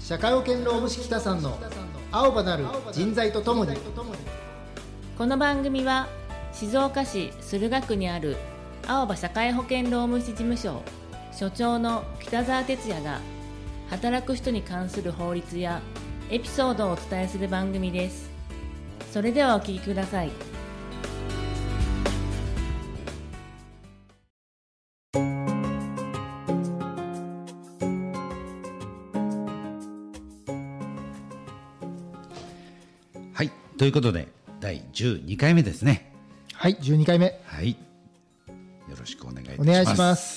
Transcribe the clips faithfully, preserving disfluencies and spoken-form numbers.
社会保険労務士北さんの青葉なる人材とともに。 この番組は静岡市駿河区にある青葉社会保険労務士事務所所長の北澤哲也が働く人に関する法律やエピソードをお伝えする番組です。それではお聞きください。 はい、ということでだいじゅうにかいめですね。 はい、じゅうにかいめ。 はい、よろしくお願いいたします。 お願いします。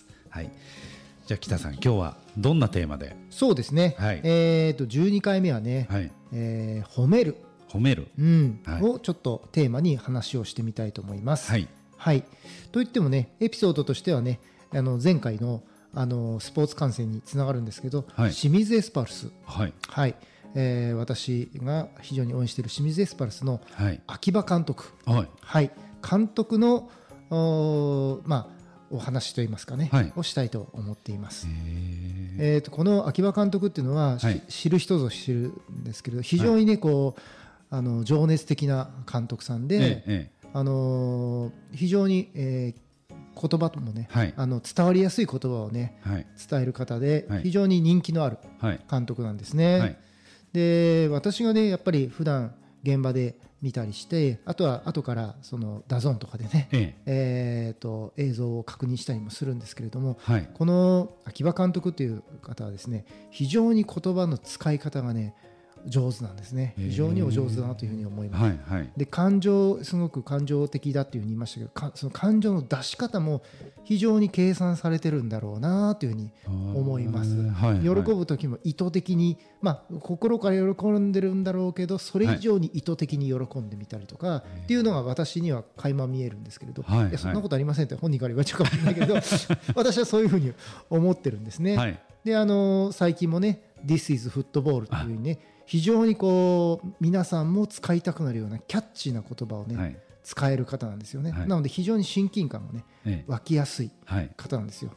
はい、じゃあ北さん、今日はどんなテーマで？ そうですね、 はい、 えーとじゅうにかいめはね、はい、えー、褒める褒める、 うんはい、 をちょっとテーマに話をしてみたいと思います。 はい、 はい、といってもね、エピソードとしてはね、あの前回のあのスポーツ観戦につながるんですけど、はい、清水エスパルス、はいはい、えー、私が非常に応援している清水エスパルスの秋葉監督、はいはい、監督のお、まあ、お話といいますかね、はい、をしたいと思っています。えー、とこの秋葉監督っていうのは、はい、知る人ぞ知るんですけれど、非常にね、こうあの情熱的な監督さんで、ええ、あの非常に、えー言葉もね、はい、あの伝わりやすい言葉をね、はい、伝える方で、はい、非常に人気のある監督なんですね。はい、で、私がねやっぱり普段現場で見たりして、あとは後からそのダゾーンとかでね、えええー、と映像を確認したりもするんですけれども、はい、この秋葉監督という方はですね、非常に言葉の使い方がね上手なんですね。非常にお上手だなというふうに思います。はいはい、で、感情、すごく感情的だっていうふうに言いましたけど、かその感情の出し方も非常に計算されてるんだろうなというふうに思います。はいはい、喜ぶ時も意図的に、まあ、心から喜んでるんだろうけど、それ以上に意図的に喜んでみたりとか、はい、っていうのが私には垣間見えるんですけれど、はいはい、いやそんなことありませんって本人から言われちゃうかもしれないけど私はそういうふうに思ってるんですね。はい、で、あの最近もね This is Football というふうにね、非常にこう皆さんも使いたくなるようなキャッチーな言葉をね、はい、使える方なんですよね。はい、なので非常に親近感がね、ええ、湧きやすい方なんですよ。はい、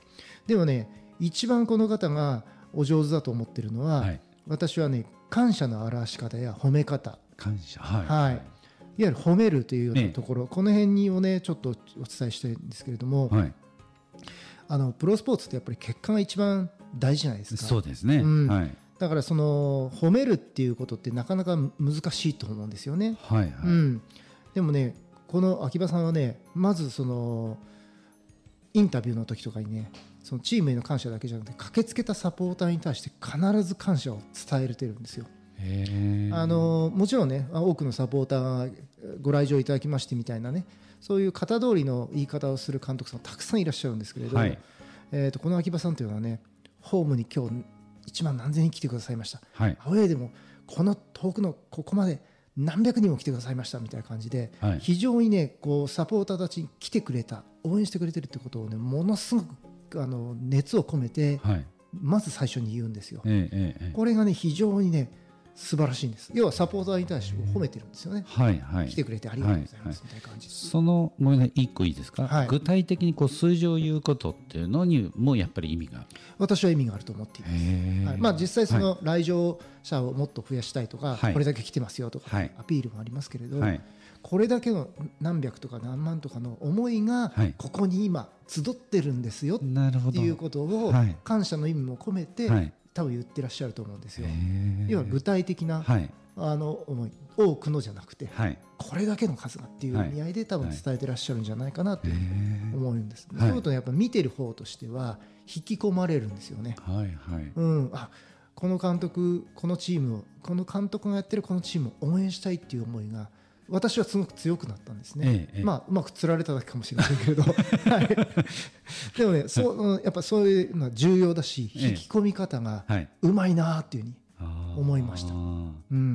でもね、一番この方がお上手だと思ってるのは、はい、私はね、感謝の表し方や褒め方、感謝、はいはい、いわゆる褒めるというようなところ、ええ、この辺をねちょっとお伝えしたいんですけれども、はい、あのプロスポーツってやっぱり結果が一番大事じゃないですか。そうですね、うん、はい、だからその褒めるっていうことってなかなか難しいと思うんですよね。はいはい、うん、でもね、この秋葉さんはね、まずそのインタビューの時とかにね、そのチームへの感謝だけじゃなくて、駆けつけたサポーターに対して必ず感謝を伝えてるんですよ。へあのもちろんね、多くのサポーターがご来場いただきましてみたいなね、そういう型通りの言い方をする監督さんたくさんいらっしゃるんですけれど、はい、えーとこの秋葉さんというのはね、ホームに今日いちまん何千人来てくださいました、はい、アウェーでもこの遠くのここまで何百人も来てくださいましたみたいな感じで、はい、非常にねこうサポーターたちに来てくれた、応援してくれてるってことをね、ものすごくあの熱を込めて、はい、まず最初に言うんですよ。ええええ、これがね非常にね素晴らしいんです。要はサポーターに対して褒めてるんですよね。はいはい、来てくれてありがとうございますみたいな感じです。 そのごめんなさい、いっこいいですか。はい、具体的にこう数字を言うことっていうのにもやっぱり意味がある。私は意味があると思っています。はい、まあ、実際その来場者をもっと増やしたいとか、はい、これだけ来てますよとか、はい、アピールもありますけれど、はい、これだけの何百とか何万とかの思いがここに今集ってるんですよっていうことを感謝の意味も込めて、はい、多分言ってらっしゃると思うんですよ。要は具体的な、はい、あの思い、多くのじゃなくて、はい、これだけの数がっていう意味合いで多分伝えてらっしゃるんじゃないかなと思うんです。そういうことはやっぱ見てる方としては引き込まれるんですよね。はいはい、うん、あ、この監督、このチームを、この監督がやってるこのチームを応援したいっていう思いが私はすごく強くなったんですね。ええ、まあ、うまく釣られただけかもしれませんけれど、はい、でもね、そうやっぱそういうのは重要だし、引き込み方がうまいなっていうふうに思いました。うん、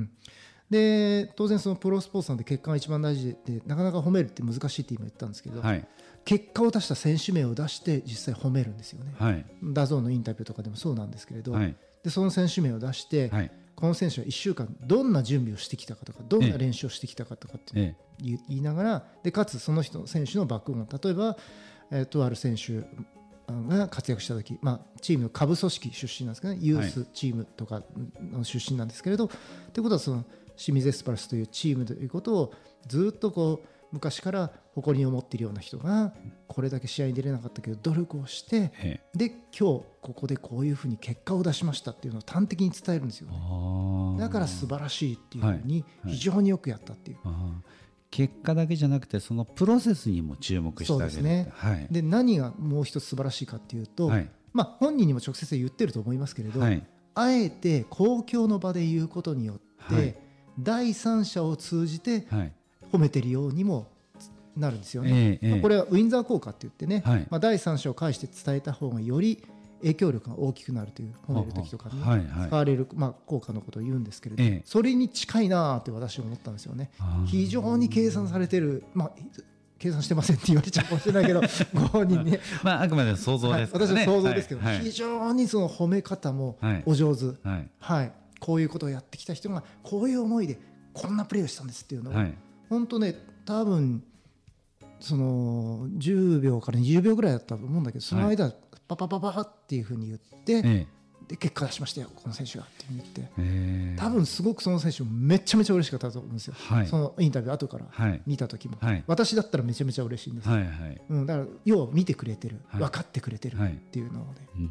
で当然そのプロスポーツなんで結果が一番大事で、なかなか褒めるって難しいって今言ったんですけど、はい、結果を出した選手名を出して実際褒めるんですよね。はい、ダゾーンのインタビューとかでもそうなんですけれど、はい、でその選手名を出して、はい、この選手はいっしゅうかんどんな準備をしてきたかとか、どんな練習をしてきたかとかって言いながら、でかつその人選手のバックグラウンド、例えば、えー、とある選手が活躍した時、まあ、チームの下部組織出身なんですけどね、ユースチームとかの出身なんですけれど、と、はい、いうことはその清水エスパルスというチームということをずっとこう昔から誇りに思っているような人がこれだけ試合に出れなかったけど努力をしてで今日ここでこういうふうに結果を出しましたっていうのを端的に伝えるんですよね。だから素晴らしいっていうふうに非常によくやったっていう、はいはい、 結果だけじゃなくてそのプロセスにも注目してあげる。そうですね、はい、 で何がもう一つ素晴らしいかっていうと、はい、まあ、本人にも直接言ってると思いますけれど、はい、あえて公共の場で言うことによって、はい、第三者を通じて褒めてるようにもなるんですよね、えーえーまあ、これはウィンザー効果って言ってね、はい、まあ、第三者を介して伝えた方がより影響力が大きくなるという褒める時とかに、ね、はいはい、使われる、まあ、効果のことを言うんですけれど、えー、それに近いなって私は思ったんですよね。非常に計算されてる、まあ、計算してませんって言われちゃうかもしれないけどご本人ねまあ、あくまで想像ですからね、 はい、私は想像ですけど、はいはい、非常にその褒め方もお上手、はいはい、こういうことをやってきた人がこういう思いでこんなプレーをしたんですっていうのを、はい、本当ね、多分そのじゅうびょうからにじゅうびょうぐらいだったと思うんだけど、その間、はい、パパパパっていうふうに言って、ええ、で結果出しましたよこの選手がって言って、えー、多分すごくその選手もめちゃめちゃ嬉しかったと思うんですよ、はい、そのインタビュー後から見た時も、はい、私だったらめちゃめちゃ嬉しいんです、はいはい、うん、だから要は見てくれてる、はい、分かってくれてるっていうのをね、はい、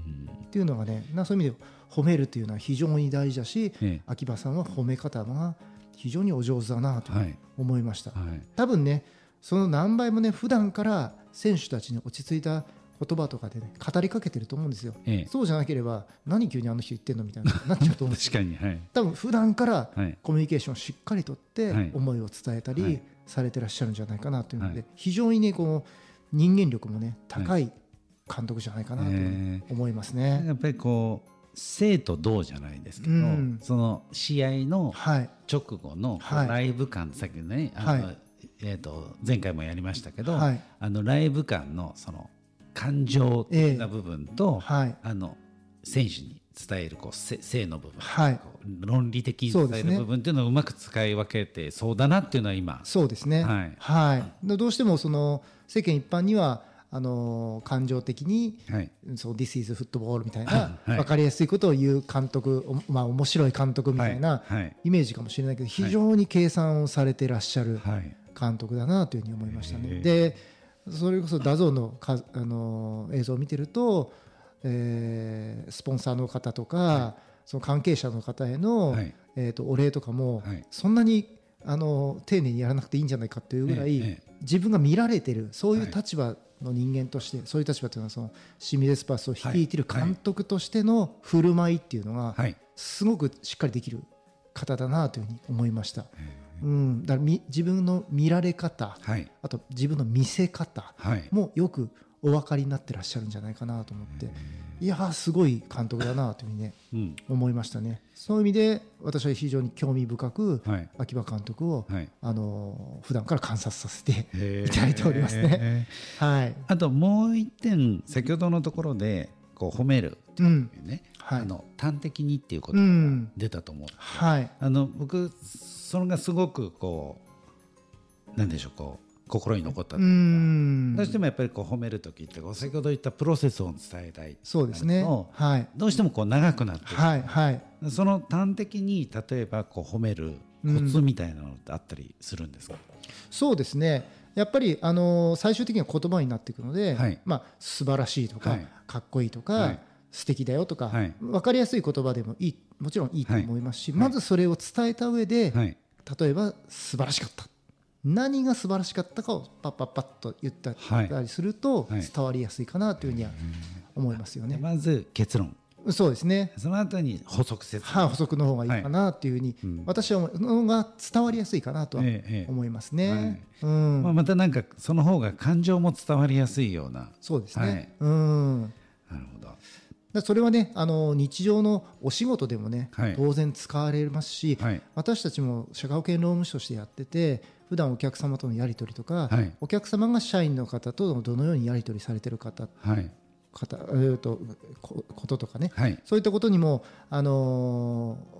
っていうのがね、そういう意味で褒めるっていうのは非常に大事だし、ええ、秋葉さんは褒め方が非常にお上手だなと思いました、はいはい、多分ねその何倍もね普段から選手たちに落ち着いた言葉とかで、ね、語りかけてると思うんですよ、ええ、そうじゃなければ何急にあの人言ってんのみたいななっちゃうと思うんです確かに、はい、 多分普段からコミュニケーションをしっかりとって思いを伝えたりされてらっしゃるんじゃないかなというので、はい、非常にねこの人間力もね高い監督じゃないかなと思いますね、 えー、やっぱりこう生と同じゃないですけど、うん、その試合の直後のライブ感、はい、さっきねあの、はい、えー、と前回もやりましたけど、はい、あのライブ感のその感情的な部分と、えーはい、あの選手に伝えるこう性の部分、はい、論理的に伝える部分っていうのをうまく使い分けてそうだなっていうのは今そうですね、はいはい、どうしてもその世間一般にはあの感情的に、はい、そう This is football みたいな、はい、分かりやすいことを言う監督、まあ、面白い監督みたいなイメージかもしれないけど、非常に計算をされてらっしゃる監督だなというふうに思いましたね、はい、でそれこそダゾーンのかあの映像を見てると、えー、スポンサーの方とか、はい、その関係者の方への、はい、えー、とお礼とかも、はい、そんなにあの丁寧にやらなくていいんじゃないかっていうぐらい、ええ、自分が見られてるそういう立場の人間として、はい、そういう立場というのはその清水エスパルスを率いている監督としての振る舞いっていうのがすごくしっかりできる方だなというふうに思いました、うん、だからみ自分の見られ方、はい、あと自分の見せ方もよくお分かりになってらっしゃるんじゃないかなと思って、いやーすごい監督だなというふうにね、うん、思いましたね。そういう意味で私は非常に興味深く、はい、秋葉監督を、はい、あの普段から観察させていただいておりますね、はい、 あともう一点先ほどのところでこう褒めるっていうね、うん、はい、あの端的にっていうことが出たと思うんです、うん、はい、あの僕それがすごくこうなんでしょうこう心に残ったというか、どうしてもやっぱりこう褒めるときってこう先ほど言ったプロセスを伝えたい、 そうですね、はい、 どうしてもこう長くなってる、はいはい、その端的に例えばこう褒めるコツみたいなのってあったりするんですか？ そうですね、やっぱりあの最終的には言葉になっていくので、はい、まあ、素晴らしいとか、はい、かっこいいとか、はい、素敵だよとか、はい、分かりやすい言葉でもいい、もちろんいいと思いますし、はい、まずそれを伝えた上で、はい、例えば素晴らしかった、何が素晴らしかったかをパッパッパッと言ったりすると伝わりやすいかなというふうには思いますよね、 はいはい、まず結論、 そうですね、 その後に補足説明、 はい、補足の方がいいかなというふうに、はい、うん、私は思うのが伝わりやすいかなとは思いますね、ええ、はい、うん、 まあ、またなんかその方が感情も伝わりやすいような、 そうですね、はい、うん、なるほど、それはね、あの日常のお仕事でもね、はい、当然使われますし、はい、私たちも社会保険労務士としてやってて普段お客様とのやり取りとか、はい、お客様が社員の方とどのようにやり取りされている方、はい、方えー、とこととかね、はい、そういったことにも、あのー、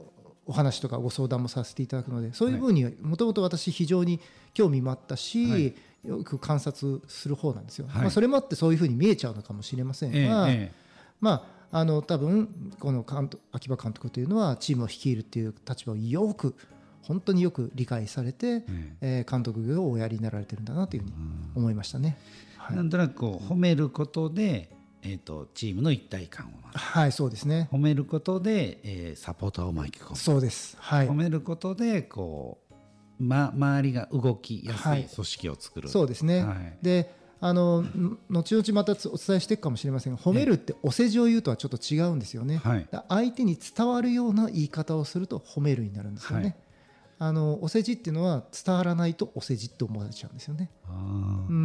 お話とかご相談もさせていただくので、そういう部分にはもともと私非常に興味もあったし、はい、よく観察する方なんですよ、はい、まあ、それもあってそういうふうに見えちゃうのかもしれませんが、ええ、まあ、あの多分この監督秋葉監督というのはチームを率いるっていう立場をよく本当によく理解されて、うん、えー、監督業をおやりになられてるんだなというふうに思いましたね、 うん、はい、なんとなくこう褒めることで、えー、とチームの一体感を、 はい、そうですね、 褒めることで、えー、サポーターを巻き込む、 そうです、はい、 褒めることでこう、ま、周りが動きやすい組織を作る、 はい、そうですね、はい、であの後々またお伝えしていくかもしれませんが、褒めるってお世辞を言うとはちょっと違うんですよね、はい、相手に伝わるような言い方をすると褒めるになるんですよね、はい、あのお世辞っていうのは伝わらないとお世辞って思われちゃうんですよね。あ、うん、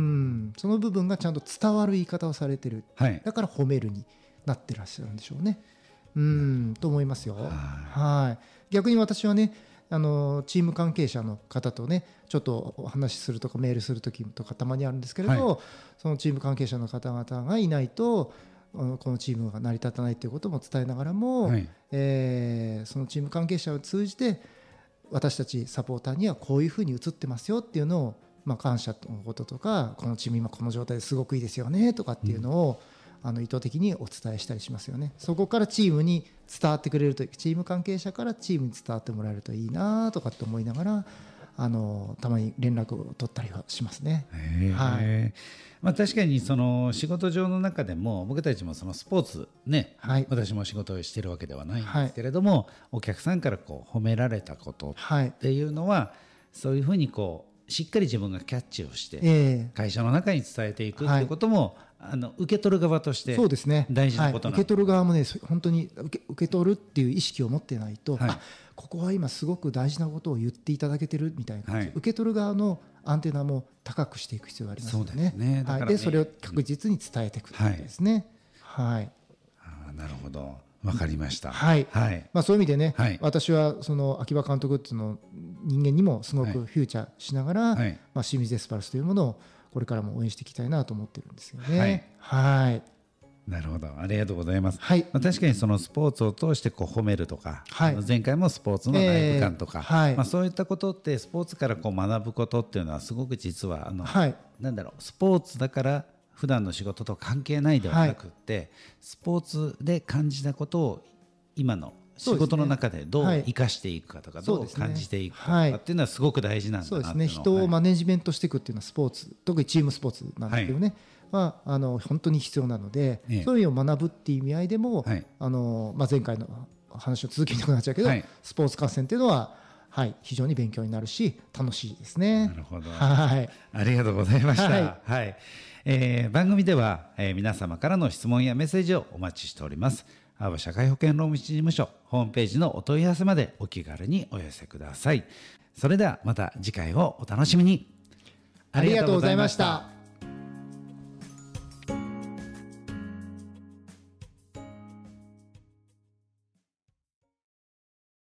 その部分がちゃんと伝わる言い方をされてる、はい、だから褒めるになってらっしゃるんでしょうね、うん、と思いますよ。はい、逆に私はね、あのチーム関係者の方とねちょっとお話しするとかメールする時とかたまにあるんですけれど、はい、そのチーム関係者の方々がいないとこのチームが成り立たないということも伝えながらも、はい、えー、そのチーム関係者を通じて私たちサポーターにはこういうふうに映ってますよっていうのを、まあ、感謝のこととか、このチーム今この状態ですごくいいですよねとかっていうのを、うん、あの意図的にお伝えしたりしますよね。そこからチームに伝わってくれると、チーム関係者からチームに伝わってもらえるといいなとかって思いながら、あのたまに連絡を取ったりはしますね。はい、 まあ、確かにその仕事上の中でも僕たちもそのスポーツね、はい、私も仕事をしているわけではないんですけれども、はい、お客さんからこう褒められたことっていうのは、はい、そういうふうにこうしっかり自分がキャッチをして会社の中に伝えていくっていうことも、はい、あの受け取る側として大事なことなんですね。はい、受け取る側もね本当に受け、受け取るっていう意識を持ってないと、はい、あここは今すごく大事なことを言っていただけてるみたいな、はい、受け取る側のアンテナも高くしていく必要がありますよね。そうですね。だからね、はい、でそれを確実に伝えていくということですね。はい、はい、 あ、なるほど、わかりました。 はい、はい、まあ、そういう意味でね、はい、私はその秋葉監督っていうのを人間にもすごくフューチャーしながら、はい、まあ、清水エスパルスというものをこれからも応援していきたいなと思ってるんですよね。はい、はい、 なるほど、ありがとうございます。はい、まあ、確かにそのスポーツを通してこう褒めるとか、はい、前回もスポーツのライブ感とか、えーはい、まあ、そういったことってスポーツからこう学ぶことっていうのはすごく実はあの、はい、なんだろう、スポーツだから普段の仕事と関係ないではなくって、はい、スポーツで感じたことを今の仕事の中でどう生かしていくかとか、どう感じていくかっていうのはすごく大事なんだなというのを、そうですね、 人をマネジメントしていくっていうのはスポーツ、特にチームスポーツなんですけどね、はい、はあの本当に必要なので、ええ、そういうのを学ぶっていう意味合いでも、はい、あのまあ、前回の話を続きにくくなっちゃうけど、はい、スポーツ観戦っていうのは、はい、非常に勉強になるし楽しいですね。 なるほど、はい、ありがとうございました。はい、はい、えー、番組では、えー、皆様からの質問やメッセージをお待ちしております。青葉社会保険労務士事務所ホームページのお問い合わせまでお気軽にお寄せください。それではまた次回をお楽しみに。 ありがとうございました。